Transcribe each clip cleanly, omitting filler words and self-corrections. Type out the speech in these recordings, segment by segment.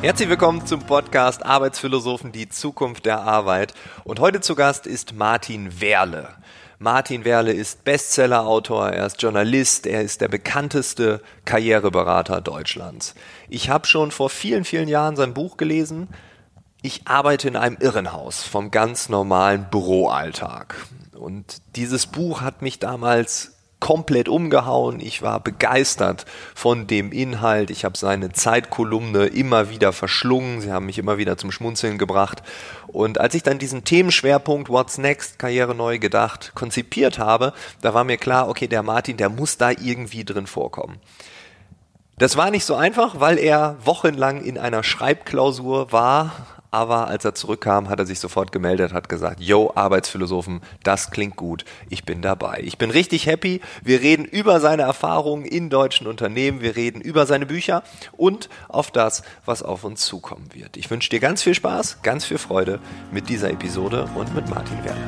Herzlich willkommen zum Podcast Arbeitsphilosophen, die Zukunft der Arbeit. Und heute zu Gast ist Martin Werle. Martin Werle ist Bestsellerautor, er ist Journalist, er ist der bekannteste Karriereberater Deutschlands. Ich habe schon vor vielen, vielen Jahren sein Buch gelesen. Ich arbeite in einem Irrenhaus vom ganz normalen Büroalltag. Und dieses Buch hat mich damals komplett umgehauen. Ich war begeistert von dem Inhalt. Ich habe seine Zeitkolumne immer wieder verschlungen. Sie haben mich immer wieder zum Schmunzeln gebracht. Und als ich dann diesen Themenschwerpunkt What's Next, Karriere neu gedacht, konzipiert habe, da war mir klar, okay, der Martin, der muss da irgendwie drin vorkommen. Das war nicht so einfach, weil er wochenlang in einer Schreibklausur war. Aber als er zurückkam, hat er sich sofort gemeldet, hat gesagt, yo, Arbeitsphilosophen, das klingt gut, ich bin dabei. Ich bin richtig happy, wir reden über seine Erfahrungen in deutschen Unternehmen, wir reden über seine Bücher und auf das, was auf uns zukommen wird. Ich wünsche dir ganz viel Spaß, ganz viel Freude mit dieser Episode und mit Martin Werle.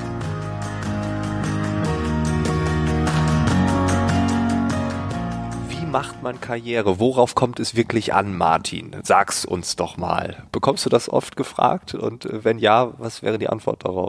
Macht man Karriere? Worauf kommt es wirklich an, Martin? Sag's uns doch mal. Bekommst du das oft gefragt? Und wenn ja, was wäre die Antwort darauf?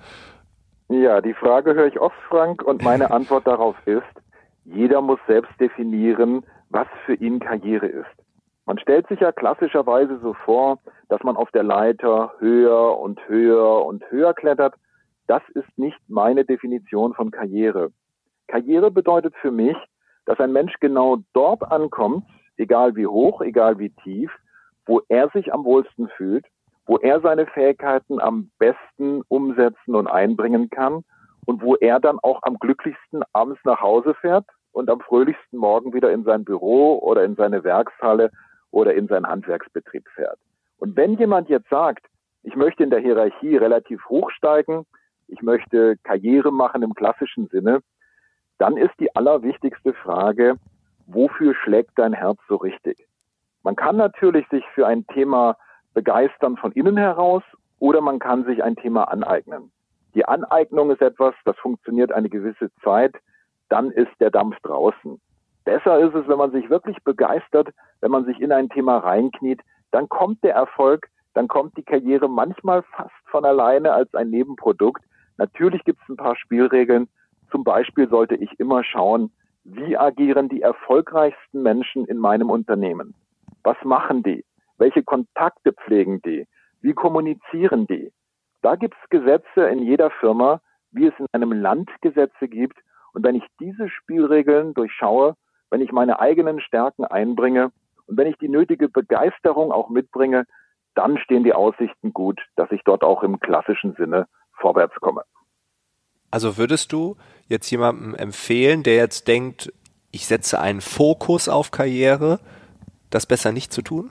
Ja, die Frage höre ich oft, Frank, und meine Antwort darauf ist, jeder muss selbst definieren, was für ihn Karriere ist. Man stellt sich ja klassischerweise so vor, dass man auf der Leiter höher und höher und höher klettert. Das ist nicht meine Definition von Karriere. Karriere bedeutet für mich, dass ein Mensch genau dort ankommt, egal wie hoch, egal wie tief, wo er sich am wohlsten fühlt, wo er seine Fähigkeiten am besten umsetzen und einbringen kann und wo er dann auch am glücklichsten abends nach Hause fährt und am fröhlichsten morgen wieder in sein Büro oder in seine Werkshalle oder in seinen Handwerksbetrieb fährt. Und wenn jemand jetzt sagt, ich möchte in der Hierarchie relativ hoch steigen, ich möchte Karriere machen im klassischen Sinne, dann ist die allerwichtigste Frage, wofür schlägt dein Herz so richtig? Man kann natürlich sich für ein Thema begeistern von innen heraus oder man kann sich ein Thema aneignen. Die Aneignung ist etwas, das funktioniert eine gewisse Zeit, dann ist der Dampf draußen. Besser ist es, wenn man sich wirklich begeistert, wenn man sich in ein Thema reinkniet, dann kommt der Erfolg, dann kommt die Karriere manchmal fast von alleine als ein Nebenprodukt. Natürlich gibt es ein paar Spielregeln. Zum Beispiel sollte ich immer schauen, wie agieren die erfolgreichsten Menschen in meinem Unternehmen? Was machen die? Welche Kontakte pflegen die? Wie kommunizieren die? Da gibt es Gesetze in jeder Firma, wie es in einem Land Gesetze gibt. Und wenn ich diese Spielregeln durchschaue, wenn ich meine eigenen Stärken einbringe und wenn ich die nötige Begeisterung auch mitbringe, dann stehen die Aussichten gut, dass ich dort auch im klassischen Sinne vorwärts komme. Also würdest du jetzt jemandem empfehlen, der jetzt denkt, ich setze einen Fokus auf Karriere, das besser nicht zu tun?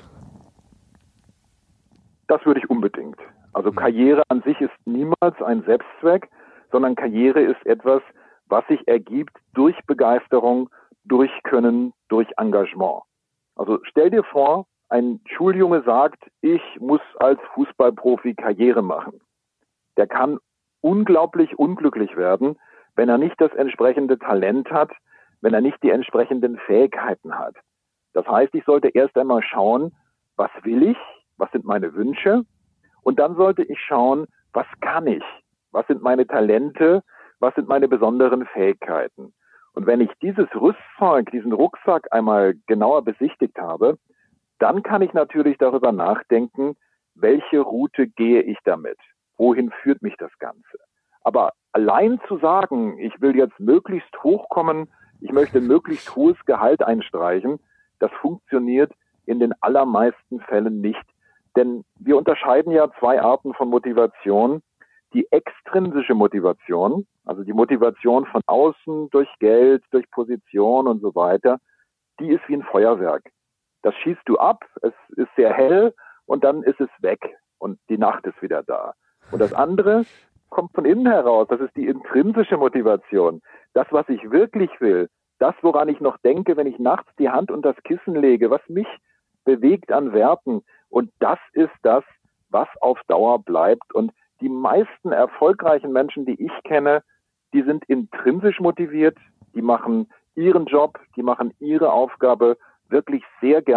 Das würde ich unbedingt. Also Karriere an sich ist niemals ein Selbstzweck, sondern Karriere ist etwas, was sich ergibt durch Begeisterung, durch Können, durch Engagement. Also stell dir vor, ein Schuljunge sagt, ich muss als Fußballprofi Karriere machen. Der kann unglaublich unglücklich werden, wenn er nicht das entsprechende Talent hat, wenn er nicht die entsprechenden Fähigkeiten hat. Das heißt, ich sollte erst einmal schauen, was will ich, was sind meine Wünsche und dann sollte ich schauen, was kann ich, was sind meine Talente, was sind meine besonderen Fähigkeiten. Und wenn ich dieses Rüstzeug, diesen Rucksack einmal genauer besichtigt habe, dann kann ich natürlich darüber nachdenken, welche Route gehe ich damit. Wohin führt mich das Ganze? Aber allein zu sagen, ich will jetzt möglichst hochkommen, ich möchte möglichst hohes Gehalt einstreichen, das funktioniert in den allermeisten Fällen nicht. Denn wir unterscheiden ja zwei Arten von Motivation. Die extrinsische Motivation, also die Motivation von außen durch Geld, durch Position und so weiter, die ist wie ein Feuerwerk. Das schießt du ab, es ist sehr hell und dann ist es weg und die Nacht ist wieder da. Und das andere kommt von innen heraus. Das ist die intrinsische Motivation. Das, was ich wirklich will, das, woran ich noch denke, wenn ich nachts die Hand unter das Kissen lege, was mich bewegt an Werten. Und das ist das, was auf Dauer bleibt. Und die meisten erfolgreichen Menschen, die ich kenne, die sind intrinsisch motiviert, die machen ihren Job, die machen ihre Aufgabe wirklich sehr gerne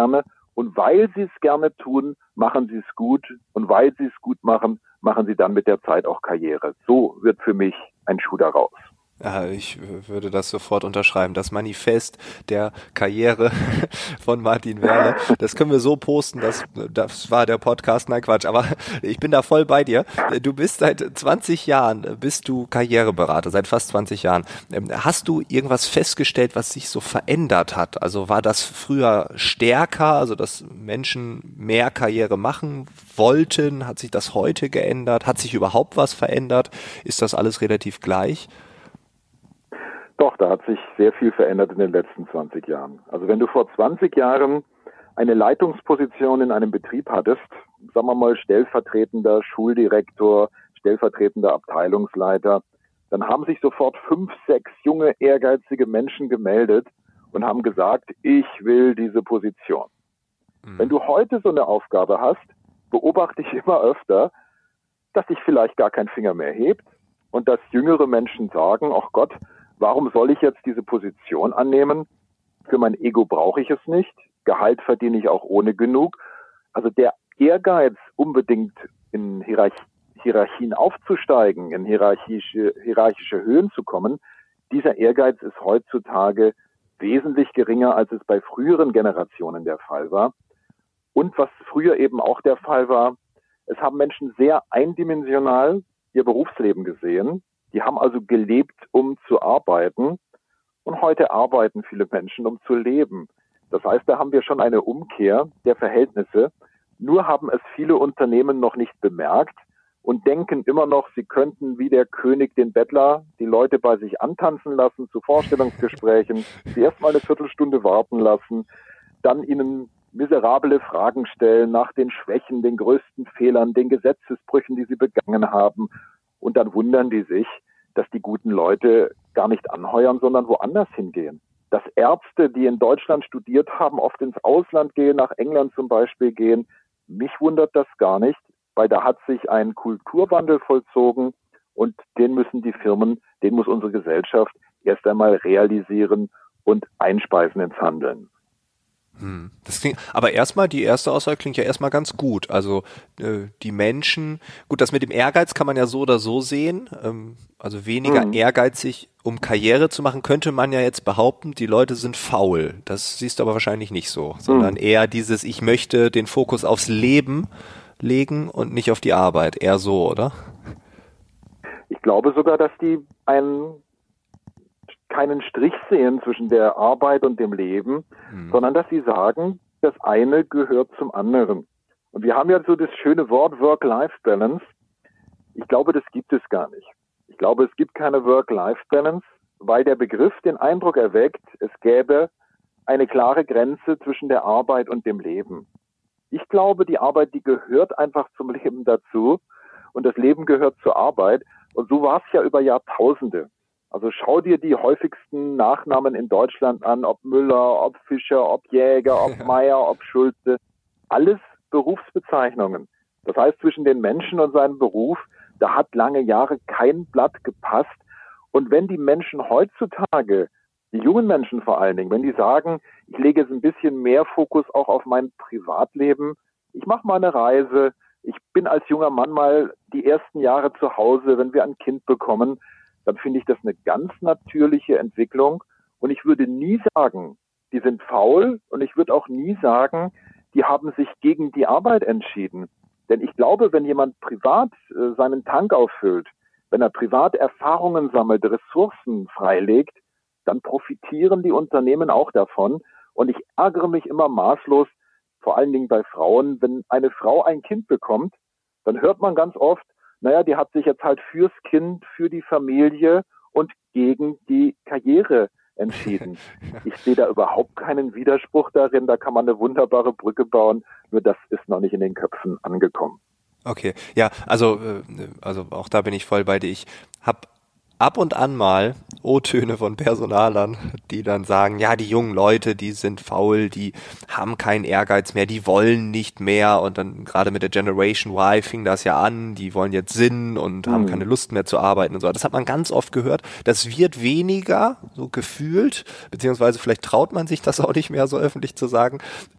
Und weil sie es gerne tun, machen sie es gut. Und weil sie es gut machen, machen sie dann mit der Zeit auch Karriere. So wird für mich ein Schuh daraus. Ja, ich würde das sofort unterschreiben. Das Manifest der Karriere von Martin Werle, das können wir so posten, das war der Podcast, nein Quatsch, aber ich bin da voll bei dir. Du bist seit 20 Jahren, bist du Karriereberater, seit fast 20 Jahren. Hast du irgendwas festgestellt, was sich so verändert hat? Also war das früher stärker, also dass Menschen mehr Karriere machen wollten? Hat sich das heute geändert? Hat sich überhaupt was verändert? Ist das alles relativ gleich? Doch, da hat sich sehr viel verändert in den letzten 20 Jahren. Also wenn du vor 20 Jahren eine Leitungsposition in einem Betrieb hattest, sagen wir mal stellvertretender Schuldirektor, stellvertretender Abteilungsleiter, dann haben sich sofort 5, 6 junge, ehrgeizige Menschen gemeldet und haben gesagt, ich will diese Position. Wenn du heute so eine Aufgabe hast, beobachte ich immer öfter, dass sich vielleicht gar kein Finger mehr hebt und dass jüngere Menschen sagen, ach Gott, warum soll ich jetzt diese Position annehmen? Für mein Ego brauche ich es nicht. Gehalt verdiene ich auch ohne genug. Also der Ehrgeiz, unbedingt in Hierarchien aufzusteigen, in hierarchische Höhen zu kommen, dieser Ehrgeiz ist heutzutage wesentlich geringer, als es bei früheren Generationen der Fall war. Und was früher eben auch der Fall war, es haben Menschen sehr eindimensional ihr Berufsleben gesehen. Die haben also gelebt, um zu arbeiten. Und heute arbeiten viele Menschen, um zu leben. Das heißt, da haben wir schon eine Umkehr der Verhältnisse. Nur haben es viele Unternehmen noch nicht bemerkt und denken immer noch, sie könnten wie der König den Bettler die Leute bei sich antanzen lassen zu Vorstellungsgesprächen, sie erstmal eine Viertelstunde warten lassen, dann ihnen miserable Fragen stellen nach den Schwächen, den größten Fehlern, den Gesetzesbrüchen, die sie begangen haben. Und dann wundern die sich, dass die guten Leute gar nicht anheuern, sondern woanders hingehen. Dass Ärzte, die in Deutschland studiert haben, oft ins Ausland gehen, nach England zum Beispiel gehen. Mich wundert das gar nicht, weil da hat sich ein Kulturwandel vollzogen und den müssen die Firmen, den muss unsere Gesellschaft erst einmal realisieren und einspeisen ins Handeln. Das klingt, aber erstmal, die erste Aussage klingt ja erstmal ganz gut. Also die Menschen, gut, das mit dem Ehrgeiz kann man ja so oder so sehen. Also weniger ehrgeizig, um Karriere zu machen, könnte man ja jetzt behaupten, die Leute sind faul. Das siehst du aber wahrscheinlich nicht so, sondern eher dieses, ich möchte den Fokus aufs Leben legen und nicht auf die Arbeit. Eher so, oder? Ich glaube sogar, dass die keinen Strich sehen zwischen der Arbeit und dem Leben, sondern dass sie sagen, das eine gehört zum anderen. Und wir haben ja so das schöne Wort Work-Life-Balance. Ich glaube, das gibt es gar nicht. Ich glaube, es gibt keine Work-Life-Balance, weil der Begriff den Eindruck erweckt, es gäbe eine klare Grenze zwischen der Arbeit und dem Leben. Ich glaube, die Arbeit, die gehört einfach zum Leben dazu und das Leben gehört zur Arbeit. Und so war es ja über Jahrtausende. Also schau dir die häufigsten Nachnamen in Deutschland an, ob Müller, ob Fischer, ob Jäger, ob Meier, ob Schulze. Alles Berufsbezeichnungen. Das heißt, zwischen den Menschen und seinem Beruf, da hat lange Jahre kein Blatt gepasst. Und wenn die Menschen heutzutage, die jungen Menschen vor allen Dingen, wenn die sagen, ich lege jetzt ein bisschen mehr Fokus auch auf mein Privatleben, ich mache mal eine Reise, ich bin als junger Mann mal die ersten Jahre zu Hause, wenn wir ein Kind bekommen, dann finde ich das eine ganz natürliche Entwicklung. Und ich würde nie sagen, die sind faul. Und ich würde auch nie sagen, die haben sich gegen die Arbeit entschieden. Denn ich glaube, wenn jemand privat seinen Tank auffüllt, wenn er privat Erfahrungen sammelt, Ressourcen freilegt, dann profitieren die Unternehmen auch davon. Und ich ärgere mich immer maßlos, vor allen Dingen bei Frauen, wenn eine Frau ein Kind bekommt, dann hört man ganz oft, naja, die hat sich jetzt halt fürs Kind, für die Familie und gegen die Karriere entschieden. Ich sehe da überhaupt keinen Widerspruch darin, da kann man eine wunderbare Brücke bauen, nur das ist noch nicht in den Köpfen angekommen. Okay, ja, also auch da bin ich voll bei dir. Ich habe ab und an mal O-Töne von Personalern, die dann sagen, ja, die jungen Leute, die sind faul, die haben keinen Ehrgeiz mehr, die wollen nicht mehr und dann gerade mit der Generation Y fing das ja an, die wollen jetzt Sinn und haben keine Lust mehr zu arbeiten und so. Das hat man ganz oft gehört. Das wird weniger, so gefühlt, beziehungsweise vielleicht traut man sich das auch nicht mehr so öffentlich zu sagen.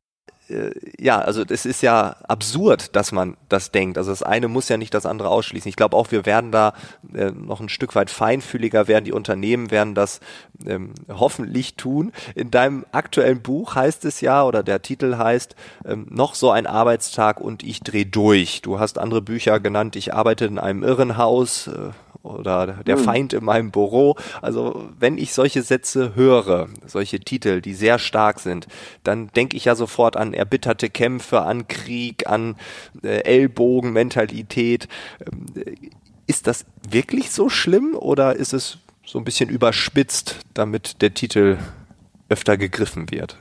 ja, also es ist ja absurd, dass man das denkt. Also das eine muss ja nicht das andere ausschließen. Ich glaube auch, wir werden da noch ein Stück weit feinfühliger werden. Die Unternehmen werden das hoffentlich tun. In deinem aktuellen Buch heißt es ja, oder der Titel heißt, noch so ein Arbeitstag und ich dreh durch. Du hast andere Bücher genannt. Ich arbeite in einem Irrenhaus, oder der Feind in meinem Büro. Also wenn ich solche Sätze höre, solche Titel, die sehr stark sind, dann denke ich ja sofort an erbitterte Kämpfe, an Krieg, an Ellbogenmentalität. Ist das wirklich so schlimm oder ist es so ein bisschen überspitzt, damit der Titel öfter gegriffen wird?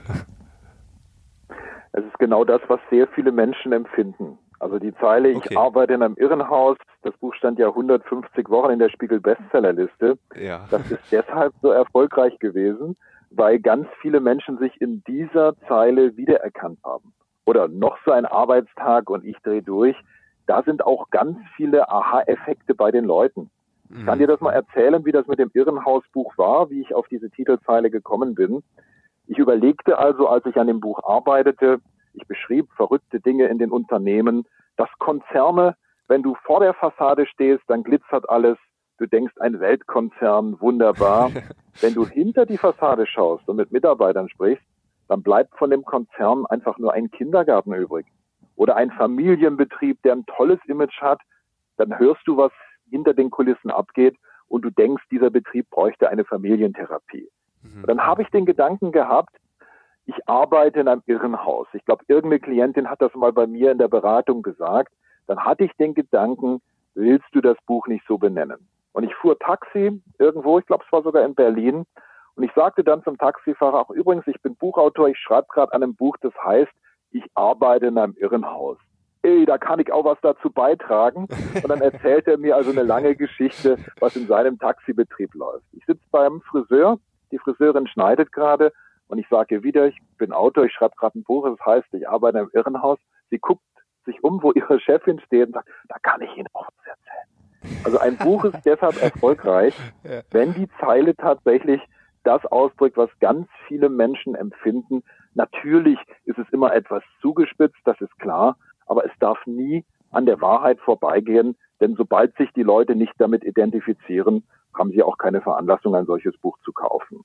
Es ist genau das, was sehr viele Menschen empfinden. Also die Zeile, ich arbeite in einem Irrenhaus, das Buch stand ja 150 Wochen in der Spiegel-Bestsellerliste. Ja. Das ist deshalb so erfolgreich gewesen, weil ganz viele Menschen sich in dieser Zeile wiedererkannt haben. Oder noch so ein Arbeitstag und ich drehe durch. Da sind auch ganz viele Aha-Effekte bei den Leuten. Ich kann dir das mal erzählen, wie das mit dem Irrenhausbuch war, wie ich auf diese Titelzeile gekommen bin. Ich überlegte also, als ich an dem Buch arbeitete, ich beschrieb verrückte Dinge in den Unternehmen, dass Konzerne, wenn du vor der Fassade stehst, dann glitzert alles, du denkst, ein Weltkonzern, wunderbar. Wenn du hinter die Fassade schaust und mit Mitarbeitern sprichst, dann bleibt von dem Konzern einfach nur ein Kindergarten übrig. Oder ein Familienbetrieb, der ein tolles Image hat, dann hörst du, was hinter den Kulissen abgeht und du denkst, dieser Betrieb bräuchte eine Familientherapie. Und dann habe ich den Gedanken gehabt, ich arbeite in einem Irrenhaus. Ich glaube, irgendeine Klientin hat das mal bei mir in der Beratung gesagt. Dann hatte ich den Gedanken, willst du das Buch nicht so benennen? Und ich fuhr Taxi irgendwo, ich glaube, es war sogar in Berlin. Und ich sagte dann zum Taxifahrer, auch übrigens, ich bin Buchautor, ich schreibe gerade an einem Buch, das heißt, ich arbeite in einem Irrenhaus. Ey, da kann ich auch was dazu beitragen. Und dann erzählt er mir also eine lange Geschichte, was in seinem Taxibetrieb läuft. Ich sitze beim Friseur, die Friseurin schneidet gerade und ich sage ihr wieder, ich bin Autor, ich schreibe gerade ein Buch, das heißt, ich arbeite im Irrenhaus. Sie guckt sich um, wo ihre Chefin steht und sagt, da kann ich Ihnen auch was erzählen. Also ein Buch ist deshalb erfolgreich, wenn die Zeile tatsächlich das ausdrückt, was ganz viele Menschen empfinden. Natürlich ist es immer etwas zugespitzt, das ist klar, aber es darf nie an der Wahrheit vorbeigehen, denn sobald sich die Leute nicht damit identifizieren, haben sie auch keine Veranlassung, ein solches Buch zu kaufen.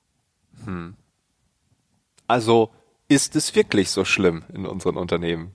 Also ist es wirklich so schlimm in unseren Unternehmen?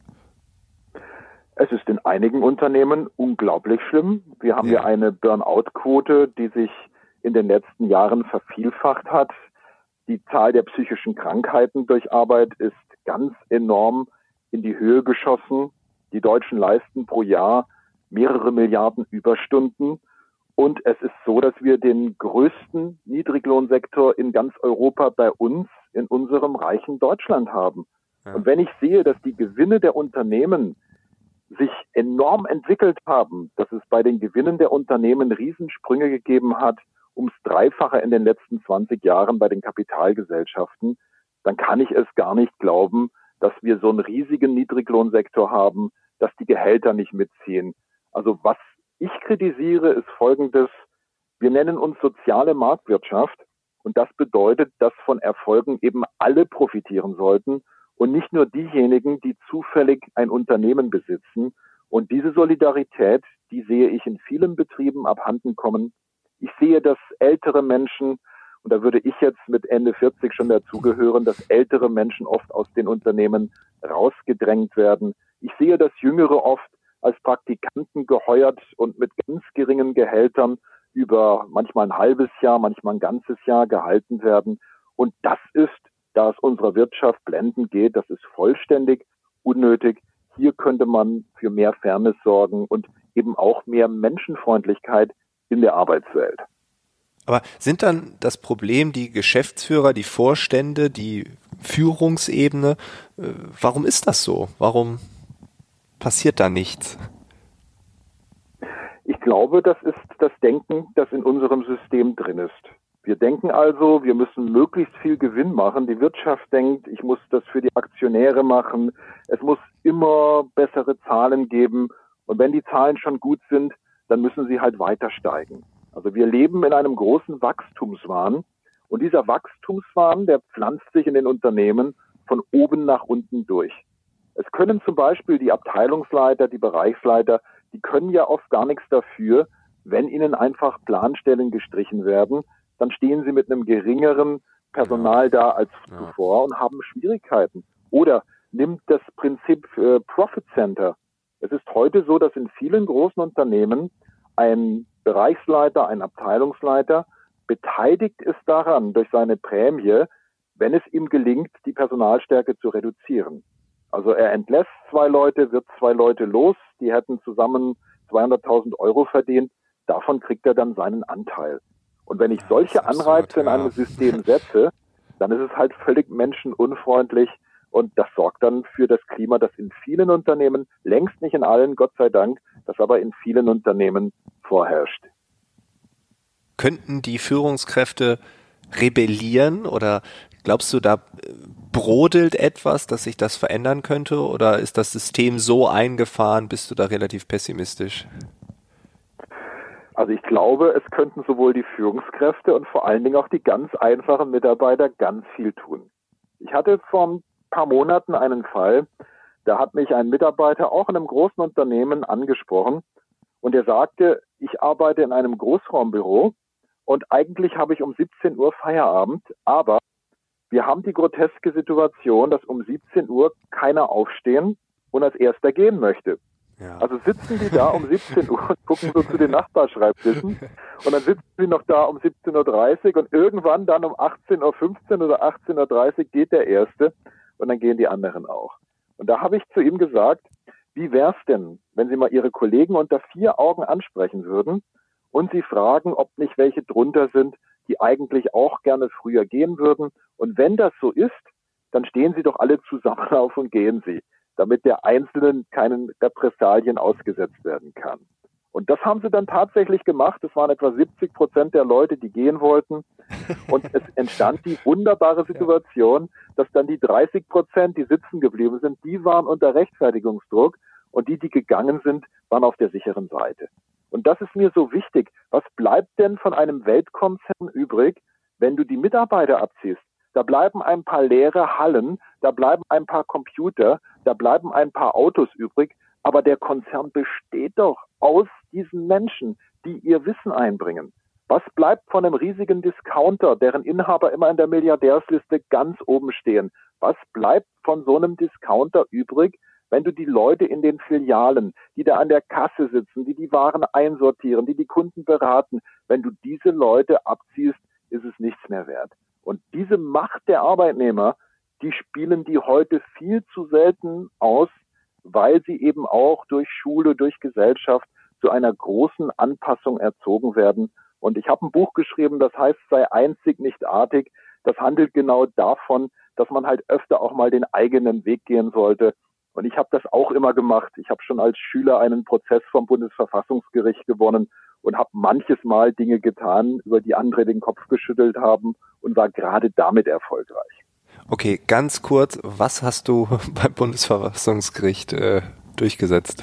Es ist in einigen Unternehmen unglaublich schlimm. Wir haben ja eine Burnout-Quote, die sich in den letzten Jahren vervielfacht hat. Die Zahl der psychischen Krankheiten durch Arbeit ist ganz enorm in die Höhe geschossen. Die Deutschen leisten pro Jahr mehrere Milliarden Überstunden. Und es ist so, dass wir den größten Niedriglohnsektor in ganz Europa bei uns, in unserem reichen Deutschland haben. Ja. Und wenn ich sehe, dass die Gewinne der Unternehmen sich enorm entwickelt haben, dass es bei den Gewinnen der Unternehmen Riesensprünge gegeben hat, ums Dreifache in den letzten 20 Jahren bei den Kapitalgesellschaften, dann kann ich es gar nicht glauben, dass wir so einen riesigen Niedriglohnsektor haben, dass die Gehälter nicht mitziehen. Also was ich kritisiere, ist Folgendes. Wir nennen uns soziale Marktwirtschaft und das bedeutet, dass von Erfolgen eben alle profitieren sollten und nicht nur diejenigen, die zufällig ein Unternehmen besitzen. Und diese Solidarität, die sehe ich in vielen Betrieben abhanden kommen. Ich sehe, dass ältere Menschen, und da würde ich jetzt mit Ende 40 schon dazugehören, dass ältere Menschen oft aus den Unternehmen rausgedrängt werden. Ich sehe, dass Jüngere oft als Praktikanten geheuert und mit ganz geringen Gehältern über manchmal ein halbes Jahr, manchmal ein ganzes Jahr gehalten werden. Und das ist, da es unserer Wirtschaft blendend geht, das ist vollständig unnötig. Hier könnte man für mehr Fairness sorgen und eben auch mehr Menschenfreundlichkeit in der Arbeitswelt. Aber sind dann das Problem die Geschäftsführer, die Vorstände, die Führungsebene? Warum ist das so? Warum passiert da nichts? Ich glaube, das ist das Denken, das in unserem System drin ist. Wir denken also, wir müssen möglichst viel Gewinn machen. Die Wirtschaft denkt, ich muss das für die Aktionäre machen. Es muss immer bessere Zahlen geben. Und wenn die Zahlen schon gut sind, dann müssen sie halt weiter steigen. Also wir leben in einem großen Wachstumswahn. Und dieser Wachstumswahn, der pflanzt sich in den Unternehmen von oben nach unten durch. Es können zum Beispiel die Abteilungsleiter, die Bereichsleiter, die können ja oft gar nichts dafür, wenn ihnen einfach Planstellen gestrichen werden, dann stehen sie mit einem geringeren Personal da als zuvor und haben Schwierigkeiten. Oder nimmt das Prinzip Profit Center. Es ist heute so, dass in vielen großen Unternehmen ein Bereichsleiter, ein Abteilungsleiter beteiligt ist daran durch seine Prämie, wenn es ihm gelingt, die Personalstärke zu reduzieren. Also er entlässt 2 Leute, wird 2 Leute los, die hätten zusammen 200.000 Euro verdient, davon kriegt er dann seinen Anteil. Und wenn ich solche Anreize in einem System setze, dann ist es halt völlig menschenunfreundlich und das sorgt dann für das Klima, das in vielen Unternehmen, längst nicht in allen, Gott sei Dank, das aber in vielen Unternehmen vorherrscht. Könnten die Führungskräfte rebellieren oder glaubst du, da brodelt etwas, dass sich das verändern könnte oder ist das System so eingefahren, bist du da relativ pessimistisch? Also ich glaube, es könnten sowohl die Führungskräfte und vor allen Dingen auch die ganz einfachen Mitarbeiter ganz viel tun. Ich hatte vor ein paar Monaten einen Fall, da hat mich ein Mitarbeiter auch in einem großen Unternehmen angesprochen und er sagte, ich arbeite in einem Großraumbüro und eigentlich habe ich um 17 Uhr Feierabend, aber wir haben die groteske Situation, dass um 17 Uhr keiner aufstehen und als erster gehen möchte. Ja. Also sitzen die da um 17 Uhr und gucken so zu den Nachbarschreibtischen und dann sitzen sie noch da um 17.30 Uhr und irgendwann dann um 18.15 Uhr oder 18.30 Uhr geht der Erste und dann gehen die anderen auch. Und da habe ich zu ihm gesagt, wie wär's denn, wenn Sie mal Ihre Kollegen unter 4 Augen ansprechen würden und Sie fragen, ob nicht welche drunter sind, die eigentlich auch gerne früher gehen würden. Und wenn das so ist, dann stehen Sie doch alle zusammen auf und gehen Sie, damit der Einzelnen keinen Repressalien ausgesetzt werden kann. Und das haben sie dann tatsächlich gemacht. Es waren etwa 70% der Leute, die gehen wollten. Und es entstand die wunderbare Situation, dass dann die 30%, die sitzen geblieben sind, die waren unter Rechtfertigungsdruck und die gegangen sind, waren auf der sicheren Seite. Und das ist mir so wichtig. Was bleibt denn von einem Weltkonzern übrig, wenn du die Mitarbeiter abziehst? Da bleiben ein paar leere Hallen, da bleiben ein paar Computer, da bleiben ein paar Autos übrig, aber der Konzern besteht doch aus diesen Menschen, die ihr Wissen einbringen. Was bleibt von einem riesigen Discounter, deren Inhaber immer in der Milliardärsliste ganz oben stehen? Was bleibt von so einem Discounter übrig, wenn du die Leute in den Filialen, die da an der Kasse sitzen, die die Waren einsortieren, die die Kunden beraten, wenn du diese Leute abziehst, ist es nichts mehr wert. Und diese Macht der Arbeitnehmer, die spielen die heute viel zu selten aus, weil sie eben auch durch Schule, durch Gesellschaft zu einer großen Anpassung erzogen werden. Und ich habe ein Buch geschrieben, das heißt, sei einzig, nicht artig. Das handelt genau davon, dass man halt öfter auch mal den eigenen Weg gehen sollte. Und ich habe das auch immer gemacht. Ich habe schon als Schüler einen Prozess vom Bundesverfassungsgericht gewonnen und habe manches Mal Dinge getan, über die andere den Kopf geschüttelt haben und war gerade damit erfolgreich. Okay, ganz kurz, was hast du beim Bundesverfassungsgericht durchgesetzt?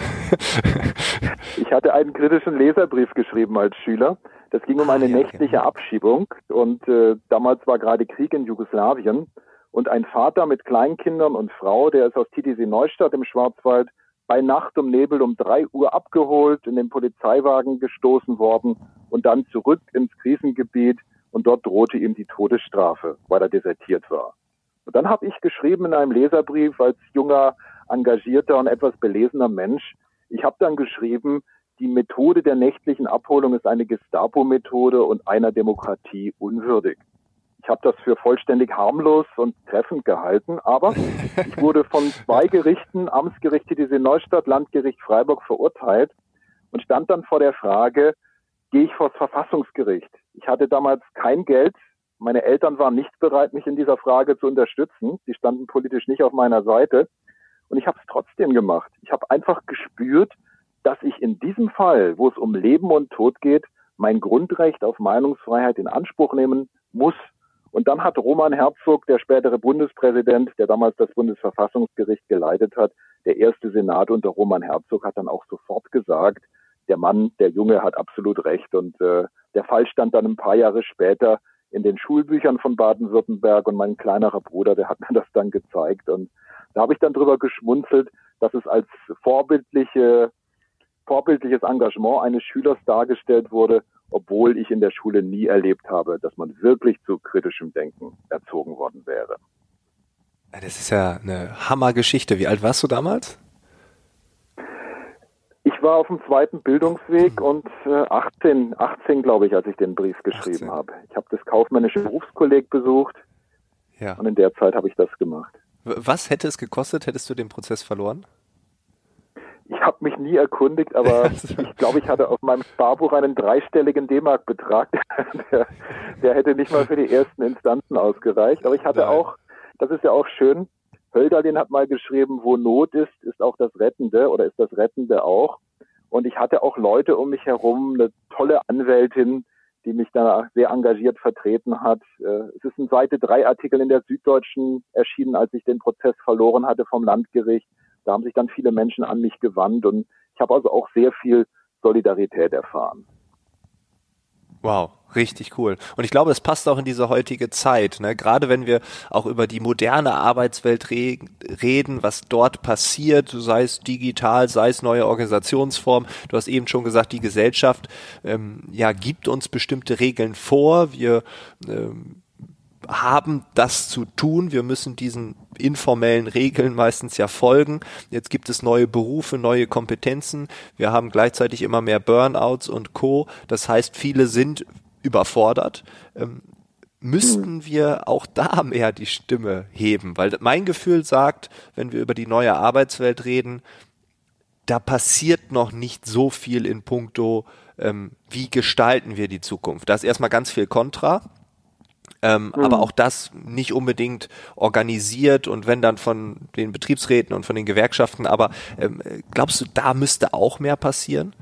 Ich hatte einen kritischen Leserbrief geschrieben als Schüler. Das ging um eine nächtliche Abschiebung und damals war gerade Krieg in Jugoslawien und ein Vater mit Kleinkindern und Frau, der ist aus Titisee-Neustadt im Schwarzwald, bei Nacht um Nebel um 3 Uhr abgeholt, in den Polizeiwagen gestoßen worden und dann zurück ins Krisengebiet und dort drohte ihm die Todesstrafe, weil er desertiert war. Und dann habe ich geschrieben in einem Leserbrief als junger, engagierter und etwas belesener Mensch, ich habe dann geschrieben, die Methode der nächtlichen Abholung ist eine Gestapo-Methode und einer Demokratie unwürdig. Ich habe das für vollständig harmlos und treffend gehalten, aber ich wurde von 2 Gerichten, Amtsgericht Titisee-Neustadt, Landgericht Freiburg, verurteilt und stand dann vor der Frage, gehe ich vor das Verfassungsgericht? Ich hatte damals kein Geld. Meine Eltern waren nicht bereit, mich in dieser Frage zu unterstützen. Sie standen politisch nicht auf meiner Seite. Und ich habe es trotzdem gemacht. Ich habe einfach gespürt, dass ich in diesem Fall, wo es um Leben und Tod geht, mein Grundrecht auf Meinungsfreiheit in Anspruch nehmen muss. Und dann hat Roman Herzog, der spätere Bundespräsident, der damals das Bundesverfassungsgericht geleitet hat, der erste Senat unter Roman Herzog, hat dann auch sofort gesagt, der Mann, der Junge hat absolut recht. Und der Fall stand dann ein paar Jahre später in den Schulbüchern von Baden-Württemberg, und mein kleinerer Bruder, der hat mir das dann gezeigt, und da habe ich dann drüber geschmunzelt, dass es als vorbildliches Engagement eines Schülers dargestellt wurde, obwohl ich in der Schule nie erlebt habe, dass man wirklich zu kritischem Denken erzogen worden wäre. Das ist ja eine Hammergeschichte. Wie alt warst du damals? Ich war auf dem zweiten Bildungsweg und 18 glaube ich, als ich den Brief geschrieben habe. Ich habe das kaufmännische Berufskolleg besucht, ja, und in der Zeit habe ich das gemacht. Was hätte es gekostet, hättest du den Prozess verloren? Ich habe mich nie erkundigt, aber ich glaube, ich hatte auf meinem Sparbuch einen dreistelligen D-Mark-Betrag. Der hätte nicht mal für die ersten Instanzen ausgereicht. Aber ich hatte auch, das ist ja auch schön, Hölderlin hat mal geschrieben, wo Not ist, ist auch das Rettende oder ist das Rettende auch. Und ich hatte auch Leute um mich herum, eine tolle Anwältin, die mich da sehr engagiert vertreten hat. Es ist ein Seite 3 Artikel in der Süddeutschen erschienen, als ich den Prozess verloren hatte vom Landgericht. Da haben sich dann viele Menschen an mich gewandt, und ich habe also auch sehr viel Solidarität erfahren. Wow, richtig cool. Und ich glaube, es passt auch in diese heutige Zeit, ne? Gerade wenn wir auch über die moderne Arbeitswelt reden, was dort passiert, sei es digital, sei es neue Organisationsformen. Du hast eben schon gesagt, die Gesellschaft gibt uns bestimmte Regeln vor. Wir haben das zu tun. Wir müssen diesen informellen Regeln meistens ja folgen. Jetzt gibt es neue Berufe, neue Kompetenzen. Wir haben gleichzeitig immer mehr Burnouts und Co. Das heißt, viele sind überfordert. Müssten wir auch da mehr die Stimme heben? Weil mein Gefühl sagt, wenn wir über die neue Arbeitswelt reden, da passiert noch nicht so viel in puncto, wie gestalten wir die Zukunft. Da ist erstmal ganz viel Kontra. Aber auch das nicht unbedingt organisiert, und wenn dann von den Betriebsräten und von den Gewerkschaften. Aber glaubst du, da müsste auch mehr passieren?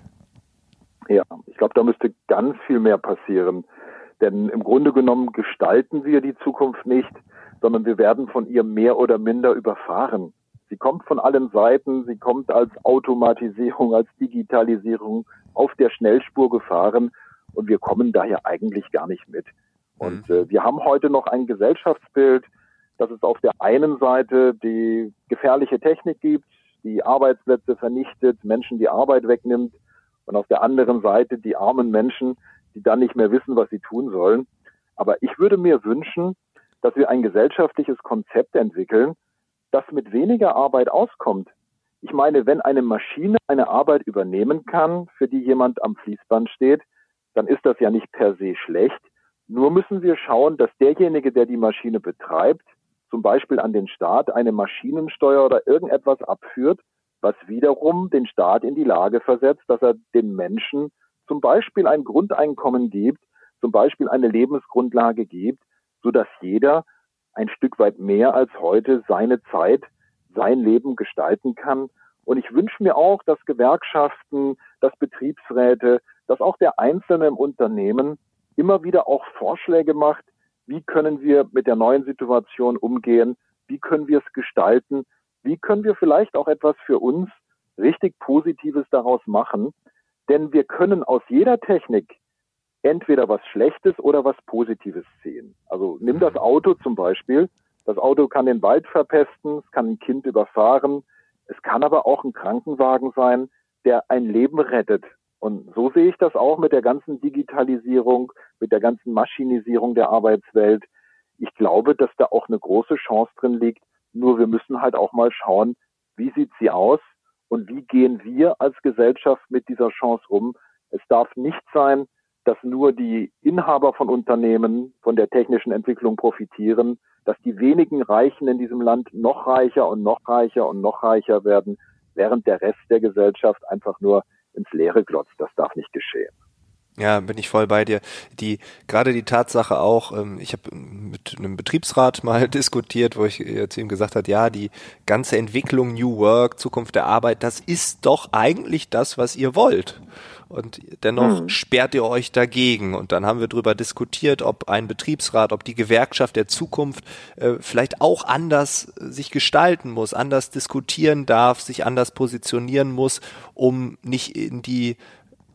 Ja, ich glaube, da müsste ganz viel mehr passieren. Denn im Grunde genommen gestalten wir die Zukunft nicht, sondern wir werden von ihr mehr oder minder überfahren. Sie kommt von allen Seiten, sie kommt als Automatisierung, als Digitalisierung auf der Schnellspur gefahren, und wir kommen daher eigentlich gar nicht mit. Und wir haben heute noch ein Gesellschaftsbild, dass es auf der einen Seite die gefährliche Technik gibt, die Arbeitsplätze vernichtet, Menschen die Arbeit wegnimmt, und auf der anderen Seite die armen Menschen, die dann nicht mehr wissen, was sie tun sollen. Aber ich würde mir wünschen, dass wir ein gesellschaftliches Konzept entwickeln, das mit weniger Arbeit auskommt. Ich meine, wenn eine Maschine eine Arbeit übernehmen kann, für die jemand am Fließband steht, dann ist das ja nicht per se schlecht. Nur müssen wir schauen, dass derjenige, der die Maschine betreibt, zum Beispiel an den Staat, eine Maschinensteuer oder irgendetwas abführt, was wiederum den Staat in die Lage versetzt, dass er den Menschen zum Beispiel ein Grundeinkommen gibt, zum Beispiel eine Lebensgrundlage gibt, sodass jeder ein Stück weit mehr als heute seine Zeit, sein Leben gestalten kann. Und ich wünsche mir auch, dass Gewerkschaften, dass Betriebsräte, dass auch der Einzelne im Unternehmen immer wieder auch Vorschläge macht, wie können wir mit der neuen Situation umgehen, wie können wir es gestalten, wie können wir vielleicht auch etwas für uns richtig Positives daraus machen. Denn wir können aus jeder Technik entweder was Schlechtes oder was Positives ziehen. Also nimm das Auto zum Beispiel. Das Auto kann den Wald verpesten, es kann ein Kind überfahren, es kann aber auch ein Krankenwagen sein, der ein Leben rettet. Und so sehe ich das auch mit der ganzen Digitalisierung, mit der ganzen Maschinisierung der Arbeitswelt. Ich glaube, dass da auch eine große Chance drin liegt. Nur wir müssen halt auch mal schauen, wie sieht sie aus und wie gehen wir als Gesellschaft mit dieser Chance um. Es darf nicht sein, dass nur die Inhaber von Unternehmen von der technischen Entwicklung profitieren, dass die wenigen Reichen in diesem Land noch reicher und noch reicher und noch reicher werden, während der Rest der Gesellschaft einfach nur ins Leere glotzt. Das darf nicht geschehen. Ja, bin ich voll bei dir. Gerade die Tatsache auch, ich habe mit einem Betriebsrat mal diskutiert, wo ich zu ihm gesagt habe, ja, die ganze Entwicklung New Work, Zukunft der Arbeit, das ist doch eigentlich das, was ihr wollt. Und dennoch sperrt ihr euch dagegen. Und dann haben wir darüber diskutiert, ob ein Betriebsrat, ob die Gewerkschaft der Zukunft vielleicht auch anders sich gestalten muss, anders diskutieren darf, sich anders positionieren muss, um nicht in die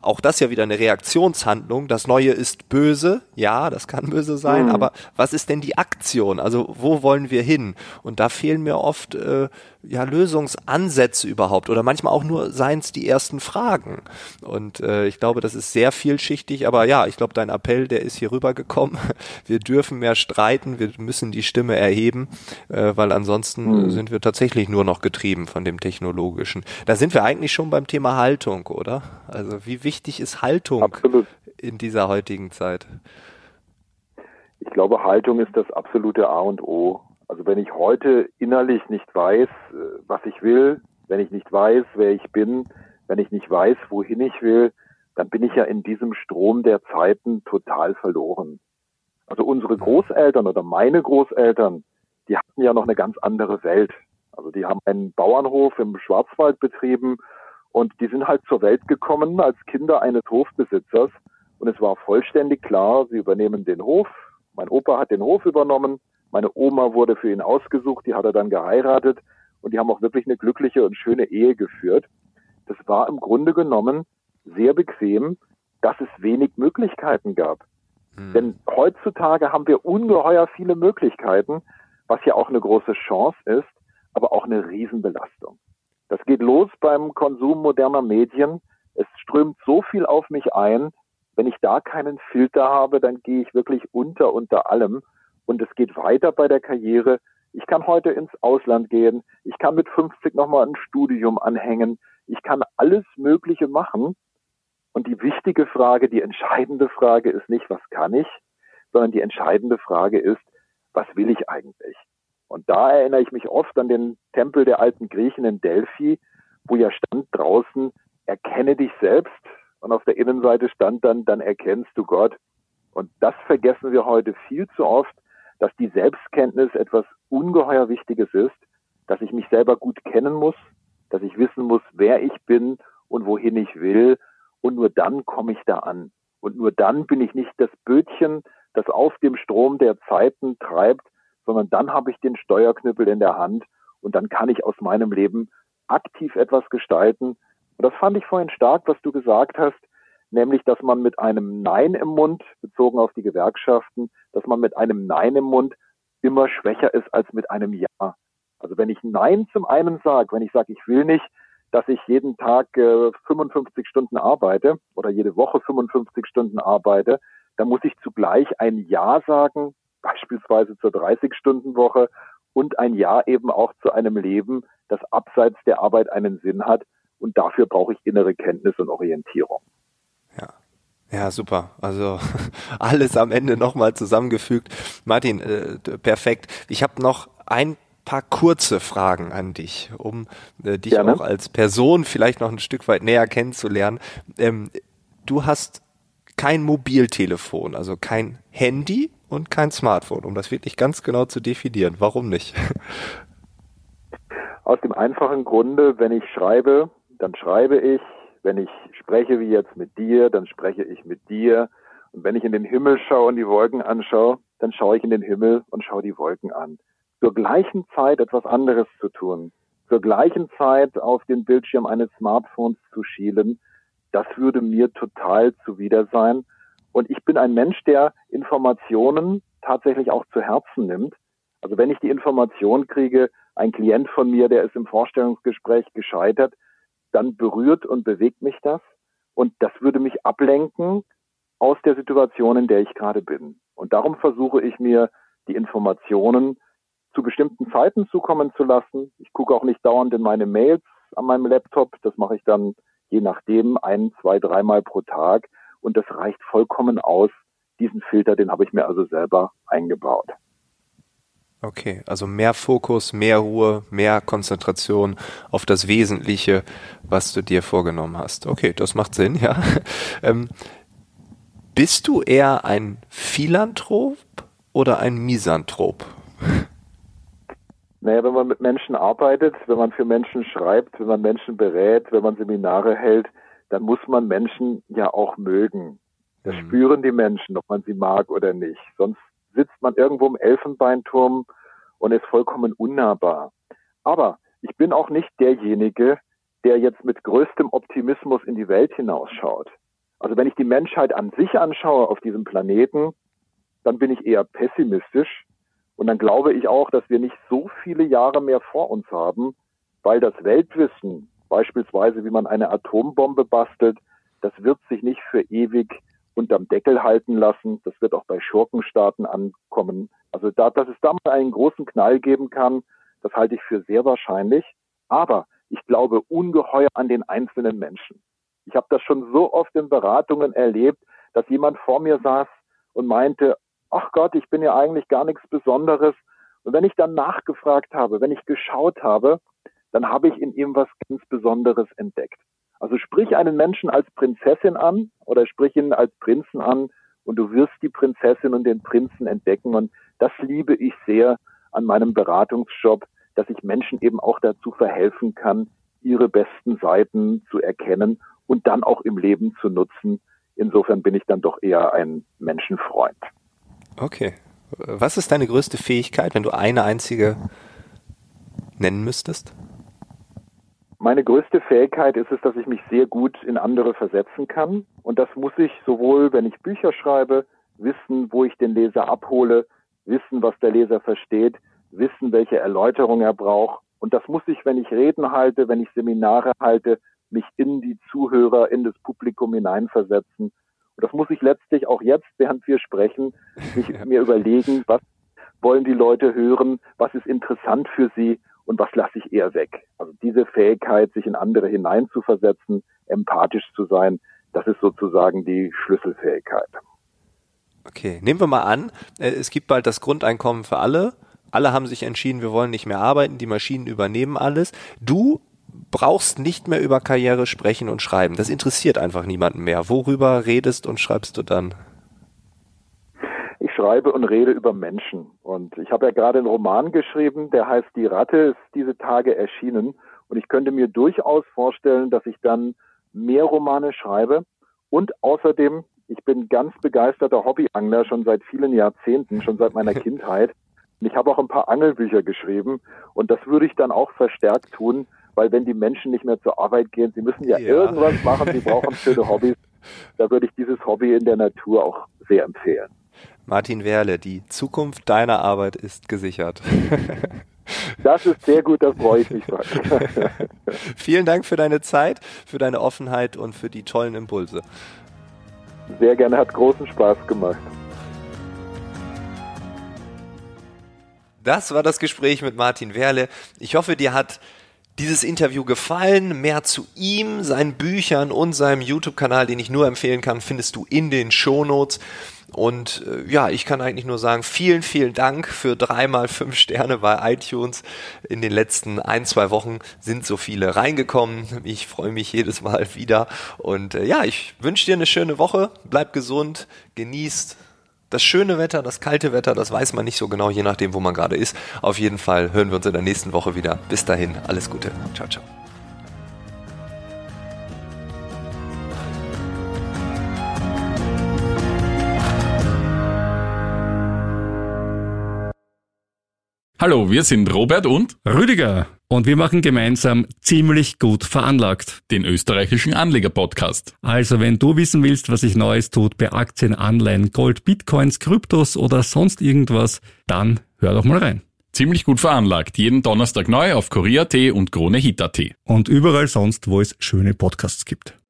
auch das ja wieder eine Reaktionshandlung. Das Neue ist böse, ja, das kann böse sein, aber was ist denn die Aktion? Also wo wollen wir hin? Und da fehlen mir oft Lösungsansätze überhaupt oder manchmal auch nur seien es die ersten Fragen. Und ich glaube, das ist sehr vielschichtig, aber ja, ich glaube, dein Appell, der ist hier rübergekommen. Wir dürfen mehr streiten, wir müssen die Stimme erheben, weil ansonsten sind wir tatsächlich nur noch getrieben von dem Technologischen. Da sind wir eigentlich schon beim Thema Haltung, oder? Also wie wichtig ist Haltung Absolut. in dieser heutigen Zeit? Ich glaube, Haltung ist das absolute A und O. Also wenn ich heute innerlich nicht weiß, was ich will, wenn ich nicht weiß, wer ich bin, wenn ich nicht weiß, wohin ich will, dann bin ich ja in diesem Strom der Zeiten total verloren. Also unsere Großeltern oder meine Großeltern, die hatten ja noch eine ganz andere Welt. Also die haben einen Bauernhof im Schwarzwald betrieben und die sind halt zur Welt gekommen als Kinder eines Hofbesitzers. Und es war vollständig klar, sie übernehmen den Hof. Mein Opa hat den Hof übernommen. Meine Oma wurde für ihn ausgesucht. Die hat er dann geheiratet. Und die haben auch wirklich eine glückliche und schöne Ehe geführt. Das war im Grunde genommen sehr bequem, dass es wenig Möglichkeiten gab. Denn heutzutage haben wir ungeheuer viele Möglichkeiten, was ja auch eine große Chance ist, aber auch eine Riesenbelastung. Das geht los beim Konsum moderner Medien. Es strömt so viel auf mich ein. Wenn ich da keinen Filter habe, dann gehe ich wirklich unter allem. Und es geht weiter bei der Karriere. Ich kann heute ins Ausland gehen. Ich kann mit 50 nochmal ein Studium anhängen. Ich kann alles Mögliche machen. Und die wichtige Frage, die entscheidende Frage ist nicht, was kann ich, sondern die entscheidende Frage ist, was will ich eigentlich? Und da erinnere ich mich oft an den Tempel der alten Griechen in Delphi, wo ja stand draußen, erkenne dich selbst. Und auf der Innenseite stand dann erkennst du Gott. Und das vergessen wir heute viel zu oft, dass die Selbstkenntnis etwas ungeheuer Wichtiges ist, dass ich mich selber gut kennen muss, dass ich wissen muss, wer ich bin und wohin ich will. Und nur dann komme ich da an. Und nur dann bin ich nicht das Bötchen, das auf dem Strom der Zeiten treibt, sondern dann habe ich den Steuerknüppel in der Hand und dann kann ich aus meinem Leben aktiv etwas gestalten. Und das fand ich vorhin stark, was du gesagt hast, nämlich, dass man mit einem Nein im Mund, bezogen auf die Gewerkschaften, dass man mit einem Nein im Mund immer schwächer ist als mit einem Ja. Also wenn ich Nein zum einen sage, wenn ich sage, ich will nicht, dass ich jeden Tag 55 Stunden arbeite oder jede Woche 55 Stunden arbeite, dann muss ich zugleich ein Ja sagen, beispielsweise zur 30-Stunden-Woche und ein Ja eben auch zu einem Leben, das abseits der Arbeit einen Sinn hat. Und dafür brauche ich innere Kenntnis und Orientierung. Ja. Ja, super. Also alles am Ende nochmal zusammengefügt. Martin, perfekt. Ich habe noch ein paar kurze Fragen an dich, um dich Gerne. auch als Person vielleicht noch ein Stück weit näher kennenzulernen. Du hast kein Mobiltelefon, also kein Handy und kein Smartphone, um das wirklich ganz genau zu definieren. Warum nicht? Aus dem einfachen Grunde, wenn ich schreibe, dann schreibe ich. Wenn ich spreche wie jetzt mit dir, dann spreche ich mit dir. Und wenn ich in den Himmel schaue und die Wolken anschaue, dann schaue ich in den Himmel und schaue die Wolken an. Zur gleichen Zeit etwas anderes zu tun, zur gleichen Zeit auf den Bildschirm eines Smartphones zu schielen, das würde mir total zuwider sein. Und ich bin ein Mensch, der Informationen tatsächlich auch zu Herzen nimmt. Also wenn ich die Information kriege, ein Klient von mir, der ist im Vorstellungsgespräch gescheitert, dann berührt und bewegt mich das. Und das würde mich ablenken aus der Situation, in der ich gerade bin. Und darum versuche ich mir, die Informationen zu bestimmten Zeiten zukommen zu lassen. Ich gucke auch nicht dauernd in meine Mails an meinem Laptop. Das mache ich dann je nachdem 1, 2, 3 Mal pro Tag. Und das reicht vollkommen aus. Diesen Filter, den habe ich mir also selber eingebaut. Okay, also mehr Fokus, mehr Ruhe, mehr Konzentration auf das Wesentliche, was du dir vorgenommen hast. Okay, das macht Sinn, ja. Bist du eher ein Philanthrop oder ein Misanthrop? Naja, wenn man mit Menschen arbeitet, wenn man für Menschen schreibt, wenn man Menschen berät, wenn man Seminare hält, dann muss man Menschen ja auch mögen. Das spüren die Menschen, ob man sie mag oder nicht. Sonst sitzt man irgendwo im Elfenbeinturm und ist vollkommen unnahbar. Aber ich bin auch nicht derjenige, der jetzt mit größtem Optimismus in die Welt hinausschaut. Also wenn ich die Menschheit an sich anschaue auf diesem Planeten, dann bin ich eher pessimistisch. Und dann glaube ich auch, dass wir nicht so viele Jahre mehr vor uns haben, weil das Weltwissen, beispielsweise wie man eine Atombombe bastelt, das wird sich nicht für ewig unterm Deckel halten lassen. Das wird auch bei Schurkenstaaten ankommen. Also dass es da mal einen großen Knall geben kann, das halte ich für sehr wahrscheinlich. Aber ich glaube ungeheuer an den einzelnen Menschen. Ich habe das schon so oft in Beratungen erlebt, dass jemand vor mir saß und meinte, ach Gott, ich bin ja eigentlich gar nichts Besonderes. Und wenn ich dann nachgefragt habe, wenn ich geschaut habe, dann habe ich in ihm was ganz Besonderes entdeckt. Also sprich einen Menschen als Prinzessin an oder sprich ihn als Prinzen an und du wirst die Prinzessin und den Prinzen entdecken. Und das liebe ich sehr an meinem Beratungsjob, dass ich Menschen eben auch dazu verhelfen kann, ihre besten Seiten zu erkennen und dann auch im Leben zu nutzen. Insofern bin ich dann doch eher ein Menschenfreund. Okay. Was ist deine größte Fähigkeit, wenn du eine einzige nennen müsstest? Meine größte Fähigkeit ist es, dass ich mich sehr gut in andere versetzen kann. Und das muss ich sowohl, wenn ich Bücher schreibe, wissen, wo ich den Leser abhole, wissen, was der Leser versteht, wissen, welche Erläuterung er braucht. Und das muss ich, wenn ich Reden halte, wenn ich Seminare halte, mich in die Zuhörer, in das Publikum hineinversetzen. Und das muss ich letztlich auch jetzt, während wir sprechen, mir überlegen, was wollen die Leute hören, was ist interessant für sie und was lasse ich eher weg. Also diese Fähigkeit, sich in andere hineinzuversetzen, empathisch zu sein, das ist sozusagen die Schlüsselfähigkeit. Okay, nehmen wir mal an, es gibt bald das Grundeinkommen für alle. Alle haben sich entschieden, wir wollen nicht mehr arbeiten, die Maschinen übernehmen alles. Du brauchst nicht mehr über Karriere sprechen und schreiben. Das interessiert einfach niemanden mehr. Worüber redest und schreibst du dann? Ich schreibe und rede über Menschen. Und ich habe ja gerade einen Roman geschrieben, der heißt Die Ratte, ist diese Tage erschienen. Und ich könnte mir durchaus vorstellen, dass ich dann mehr Romane schreibe. Und außerdem, ich bin ganz begeisterter Hobbyangler schon seit vielen Jahrzehnten, schon seit meiner Kindheit. Und ich habe auch ein paar Angelbücher geschrieben. Und das würde ich dann auch verstärkt tun, weil wenn die Menschen nicht mehr zur Arbeit gehen, sie müssen ja irgendwas machen, sie brauchen schöne Hobbys. Da würde ich dieses Hobby in der Natur auch sehr empfehlen. Martin Wehrle, die Zukunft deiner Arbeit ist gesichert. Das ist sehr gut, da freue ich mich. Vielen Dank für deine Zeit, für deine Offenheit und für die tollen Impulse. Sehr gerne, hat großen Spaß gemacht. Das war das Gespräch mit Martin Wehrle. Ich hoffe, dir hat dieses Interview gefallen. Mehr zu ihm, seinen Büchern und seinem YouTube-Kanal, den ich nur empfehlen kann, findest du in den Shownotes. Und ich kann eigentlich nur sagen, vielen, vielen Dank für 3x5 Sterne bei iTunes. In den letzten 1-2 Wochen sind so viele reingekommen. Ich freue mich jedes Mal wieder. Und ich wünsche dir eine schöne Woche. Bleib gesund, genießt das schöne Wetter, das kalte Wetter, das weiß man nicht so genau, je nachdem, wo man gerade ist. Auf jeden Fall hören wir uns in der nächsten Woche wieder. Bis dahin, alles Gute. Ciao, ciao. Hallo, wir sind Robert und Rüdiger und wir machen gemeinsam ziemlich gut veranlagt, den österreichischen Anleger-Podcast. Also wenn du wissen willst, was sich Neues tut bei Aktien, Anleihen, Gold, Bitcoins, Kryptos oder sonst irgendwas, dann hör doch mal rein. Ziemlich gut veranlagt, jeden Donnerstag neu auf Kurier.at und Krone-Hit.at. Und überall sonst, wo es schöne Podcasts gibt.